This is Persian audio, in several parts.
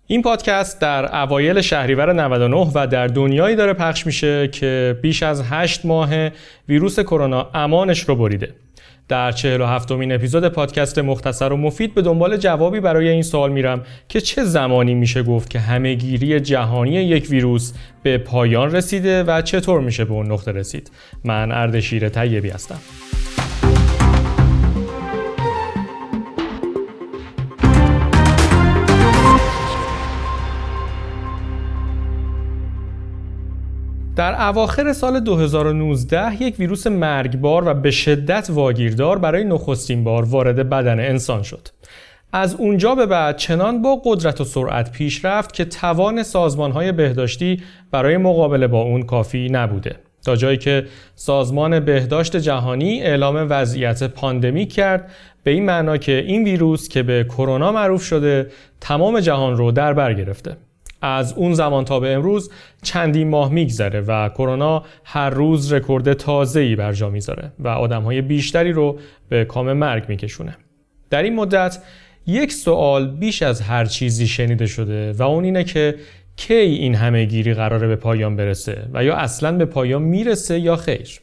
این پادکست در اوایل شهریور 99 و در دنیایی داره پخش میشه که بیش از 8 ماه ویروس کرونا امانش رو بریده. در 47مین اپیزود پادکست مختصر و مفید به دنبال جوابی برای این سوال میرم که چه زمانی میشه گفت که همهگیری جهانی یک ویروس به پایان رسیده و چطور میشه به اون نقطه رسید. من اردشیر طیبی هستم. در اواخر سال 2019 یک ویروس مرگبار و به شدت واگیردار برای نخستین بار وارد بدن انسان شد. از اونجا به بعد چنان با قدرت و سرعت پیش رفت که توان سازمان‌های بهداشتی برای مقابله با اون کافی نبوده. تا جایی که سازمان بهداشت جهانی اعلام وضعیت پاندمیک کرد، به این معنا که این ویروس که به کرونا معروف شده تمام جهان رو در بر گرفته. از اون زمان تا به امروز چندین ماه میگذره و کرونا هر روز رکورد تازه‌ای بر جا میذاره و آدم‌های بیشتری رو به کام مرگ میکشونه. در این مدت یک سوال بیش از هر چیزی شنیده شده و اون اینه که کی این همهگیری قراره به پایان برسه و یا اصلاً به پایان میرسه یا خیر.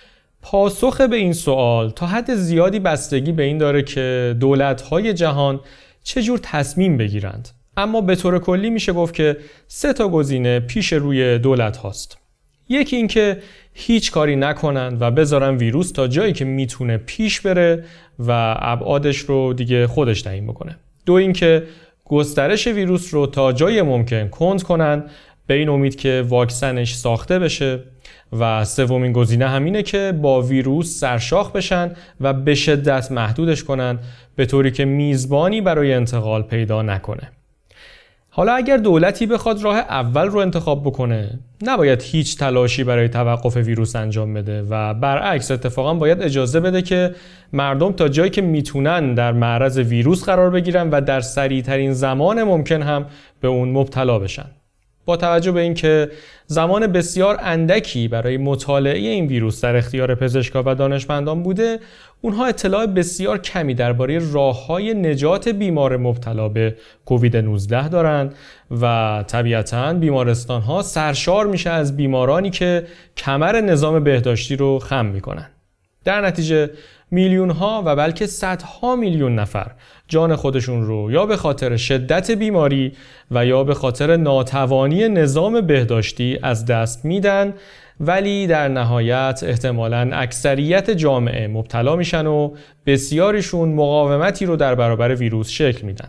پاسخ به این سوال تا حد زیادی بستگی به این داره که دولت‌های جهان چجور تصمیم بگیرند. اما به طور کلی میشه گفت که 3 گزینه پیش روی دولت هاست. یکی این که هیچ کاری نکنن و بذارن ویروس تا جایی که میتونه پیش بره و ابعادش رو دیگه خودش تعیین بکنه. 2 این که گسترش ویروس رو تا جای ممکن کند کنن به این امید که واکسنش ساخته بشه. و 3 گزینه همینه که با ویروس سرشاخ بشن و به شدت محدودش کنن به طوری که میزبانی برای انتقال پیدا نکنه. حالا اگر دولتی بخواد راه اول رو انتخاب بکنه، نباید هیچ تلاشی برای توقف ویروس انجام بده و برعکس اتفاقا باید اجازه بده که مردم تا جایی که میتونن در معرض ویروس قرار بگیرن و در سریع‌ترین زمان ممکن هم به اون مبتلا بشن. با توجه به اینکه زمان بسیار اندکی برای مطالعه این ویروس در اختیار پزشکا و دانشمندان بوده، اونها اطلاع بسیار کمی درباره راه‌های نجات بیمار مبتلا به کووید 19 دارن و طبیعتاً بیمارستان‌ها سرشار میشه از بیمارانی که کمر نظام بهداشتی رو خم میکنن. در نتیجه میلیون‌ها و بلکه صدها میلیون نفر جان خودشون رو یا به خاطر شدت بیماری و یا به خاطر ناتوانی نظام بهداشتی از دست میدن، ولی در نهایت احتمالاً اکثریت جامعه مبتلا میشن و بسیاریشون مقاومتی رو در برابر ویروس شکل میدن.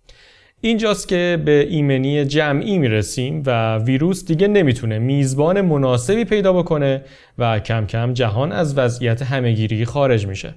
اینجاست که به ایمنی جمعی میرسیم و ویروس دیگه نمیتونه میزبان مناسبی پیدا بکنه و کم کم جهان از وضعیت همهگیری خارج میشه.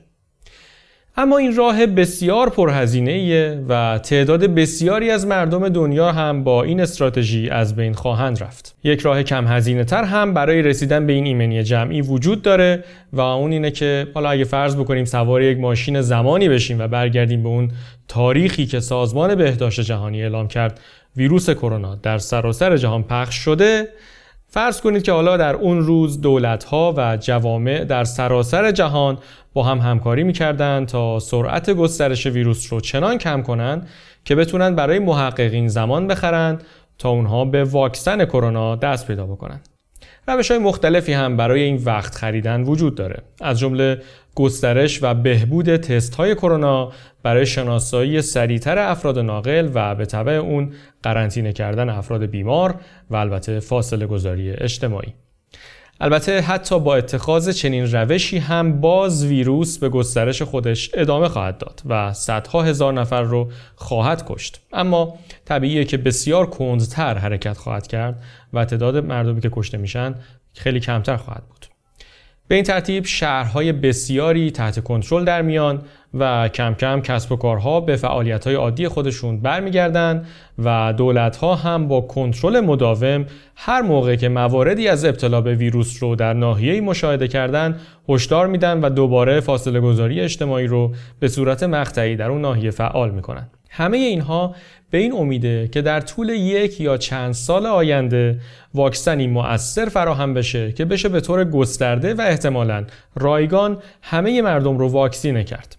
اما این راه بسیار پرهزینه‌ایه و تعداد بسیاری از مردم دنیا هم با این استراتژی از بین خواهند رفت. یک راه کم هزینه تر هم برای رسیدن به این ایمنی جمعی وجود داره و اون اینه که حالا اگه فرض بکنیم سوار یک ماشین زمانی بشیم و برگردیم به اون تاریخی که سازمان بهداشت جهانی اعلام کرد ویروس کرونا در سراسر جهان پخش شده، فرض کنید که حالا در اون روز دولت‌ها و جوامع در سراسر جهان با هم همکاری می‌کردن تا سرعت گسترش ویروس رو چنان کم کنن که بتونن برای محققین زمان بخرن تا اونها به واکسن کرونا دست پیدا بکنن. روش‌های مختلفی هم برای این وقت خریدن وجود داره، از جمله گسترش و بهبود تست‌های کرونا برای شناسایی سریعتر افراد ناقل و به تبع اون قرنطینه کردن افراد بیمار و البته فاصله گذاری اجتماعی. البته حتی با اتخاذ چنین روشی هم باز ویروس به گسترش خودش ادامه خواهد داد و صدها هزار نفر رو خواهد کشت. اما طبیعیه که بسیار کندتر حرکت خواهد کرد و تعداد مردمی که کشته میشن خیلی کمتر خواهد بود. به این ترتیب شهرهای بسیاری تحت کنترل در میان و کم کم کسب و کارها به فعالیت‌های عادی خودشون برمیگردن و دولت‌ها هم با کنترل مداوم هر موقع که مواردی از ابتلا به ویروس رو در ناحیه‌ای مشاهده کردن هشدار میدن و دوباره فاصله گذاری اجتماعی رو به صورت مقطعی در اون ناحیه فعال میکنن. همه اینها به این امیده که در طول 1 یا چند سال آینده واکسنی مؤثر فراهم بشه که بشه به طور گسترده و احتمالاً رایگان همه مردم رو واکسینه کرد.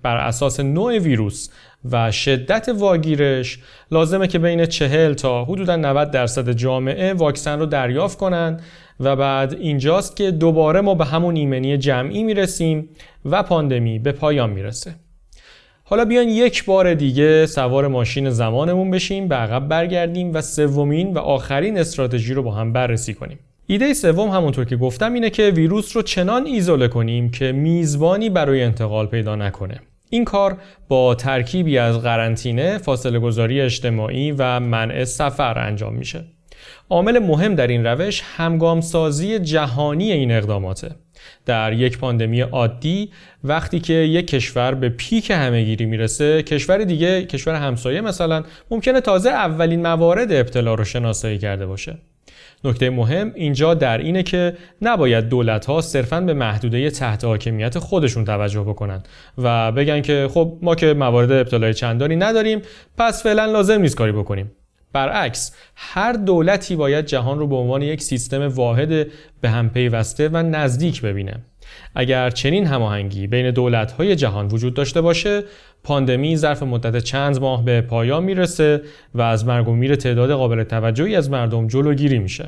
بر اساس نوع ویروس و شدت واگیرش لازمه که بین 40 تا حدوداً 90% جامعه واکسن رو دریافت کنن و بعد اینجاست که دوباره ما به همون ایمنی جمعی میرسیم و پاندمی به پایان میرسه. حالا بیان یک بار دیگه سوار ماشین زمانمون بشیم، به عقب برگردیم و سومین و آخرین استراتژی رو با هم بررسی کنیم. ایده سوم همونطور که گفتم اینه که ویروس رو چنان ایزوله کنیم که میزبانی برای انتقال پیدا نکنه. این کار با ترکیبی از قرنطینه، فاصله گذاری اجتماعی و منع سفر انجام میشه. عامل مهم در این روش همگامسازی جهانی این اقداماته. در یک پاندمی عادی وقتی که یک کشور به پیک همهگیری میرسه، کشور دیگه، کشور همسایه مثلا، ممکنه تازه اولین موارد ابتلا رو شناسایی کرده باشه. نکته مهم اینجا در اینه که نباید دولت‌ها صرفاً به محدوده تحت حاکمیت خودشون توجه بکنن و بگن که خب ما که موارد ابتلای چندانی نداریم پس فعلا لازم نیست کاری بکنیم. برعکس، هر دولتی باید جهان رو به عنوان یک سیستم واحد به هم پیوسته و نزدیک ببینه. اگر چنین هماهنگی بین دولت‌های جهان وجود داشته باشه، پاندمی ظرف مدت چند ماه به پایان میرسه و از مرگ و میر تعداد قابل توجهی از مردم جلوگیری میشه.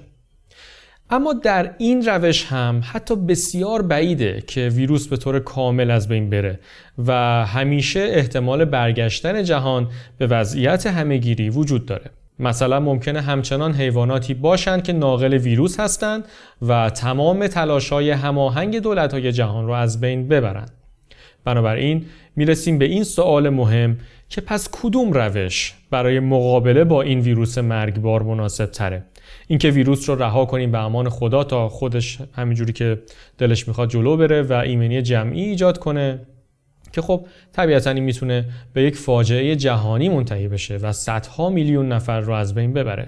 اما در این روش هم حتی بسیار بعیده که ویروس به طور کامل از بین بره و همیشه احتمال برگشتن جهان به وضعیت همهگیری وجود داره. مثلا ممکنه همچنان حیواناتی باشند که ناقل ویروس هستند و تمام تلاش‌های هماهنگ دولت‌های جهان رو از بین ببرند. بنابراین میرسیم به این سوال مهم که پس کدوم روش برای مقابله با این ویروس مرگبار مناسب تره؟ اینکه ویروس رو رها کنیم به امان خدا تا خودش همینجوری که دلش میخواد جلو بره و ایمنی جمعی ایجاد کنه که خب طبیعتاً این میتونه به یک فاجعه جهانی منتهی بشه و صدها میلیون نفر رو از بین ببره.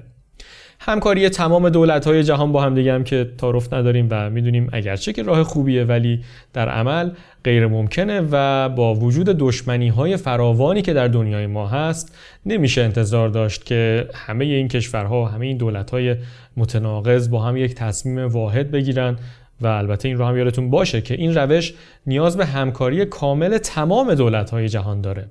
همکاری تمام دولت‌های جهان با هم دیگه هم که تعارف نداریم و میدونیم اگرچه که راه خوبیه ولی در عمل غیر ممکنه و با وجود دشمنی‌های فراوانی که در دنیای ما هست نمیشه انتظار داشت که همه این کشورها و همه این دولت‌های متناقض با هم یک تصمیم واحد بگیرن و البته این رو هم یادتون باشه که این روش نیاز به همکاری کامل تمام دولت‌های جهان داره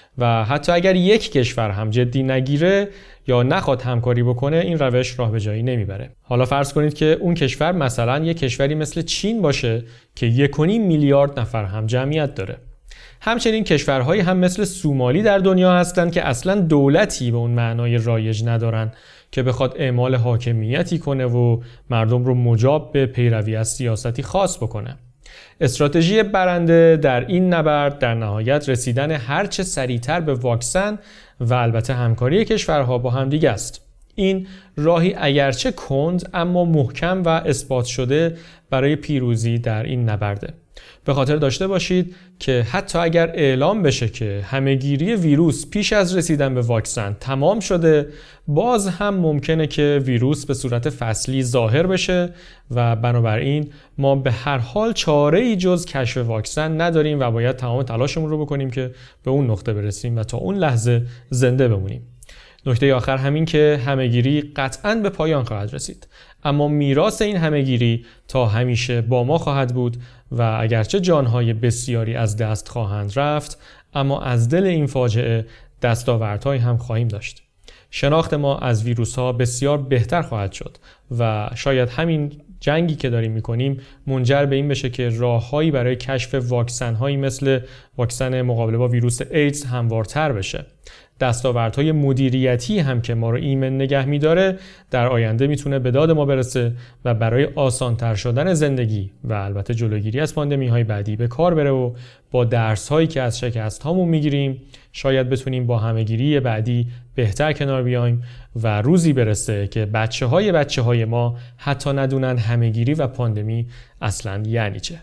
و حتی اگر یک کشور هم جدی نگیره یا نخواد همکاری بکنه این روش راه به جایی نمیبره. حالا فرض کنید که اون کشور مثلا یک کشوری مثل چین باشه که 1.5 میلیارد نفر هم جمعیت داره. همچنین کشورهایی هم مثل سومالی در دنیا هستند که اصلا دولتی به اون معنای رایج ندارن که بخواد اعمال حاکمیتی کنه و مردم رو مجاب به پیروی از سیاستی خاص بکنه. استراتژی برنده در این نبرد در نهایت رسیدن هرچه سریعتر به واکسن و البته همکاری کشورها با هم دیگه است. این راهی اگرچه کند اما محکم و اثبات شده برای پیروزی در این نبرده. به خاطر داشته باشید که حتی اگر اعلام بشه که همهگیری ویروس پیش از رسیدن به واکسن تمام شده، باز هم ممکنه که ویروس به صورت فصلی ظاهر بشه و بنابراین ما به هر حال چاره‌ای جز کشف واکسن نداریم و باید تمام تلاشمون رو بکنیم که به اون نقطه برسیم و تا اون لحظه زنده بمونیم. نکته آخر همین که همهگیری قطعاً به پایان خواهد رسید، اما میراث این همهگیری تا همیشه با ما خواهد بود و اگرچه جانهای بسیاری از دست خواهند رفت، اما از دل این فاجعه دستاوردهایی هم خواهیم داشت. شناخت ما از ویروس‌ها بسیار بهتر خواهد شد و شاید همین جنگی که داریم می‌کنیم منجر به این بشه که راه‌هایی برای کشف واکسن‌هایی مثل واکسن مقابله با ویروس ایدز هموارتر بشه. دستاوردهای مدیریتی هم که ما رو ایمن نگه می‌داره در آینده میتونه به داد ما برسه و برای آسان‌تر شدن زندگی و البته جلوگیری از پاندمی‌های بعدی به کار بره و با درس‌هایی که از شکست‌هامون می‌گیریم شاید بتونیم با همهگیری بعدی بهتر کنار بیایم و روزی برسه که بچه‌های ما حتی ندونن همهگیری و پاندمی اصلاً یعنی چه.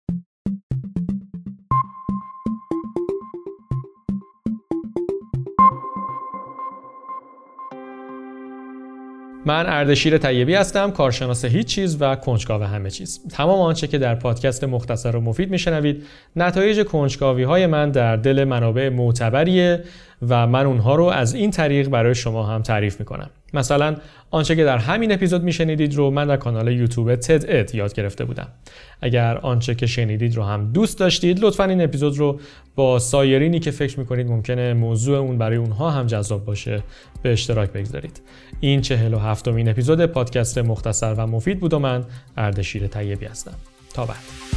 من اردشیر طیبی هستم، کارشناس هیچ چیز و کنجکاو همه چیز. تمام آنچه که در پادکست مختصر و مفید میشنوید نتایج کنجکاوی‌های من در دل منابع معتبریه و من اونها رو از این طریق برای شما هم تعریف میکنم. مثلا آنچه که در همین اپیزود میشنیدید رو من در کانال یوتیوب تد اد یاد گرفته بودم. اگر آنچه که شنیدید رو هم دوست داشتید لطفاً این اپیزود رو با سایرینی که فکر میکنید ممکنه موضوع اون برای اونها هم جذاب باشه به اشتراک بگذارید. این 47مین اپیزود پادکست مختصر و مفید بود و من اردشیر طیبی هستم. تا بعد.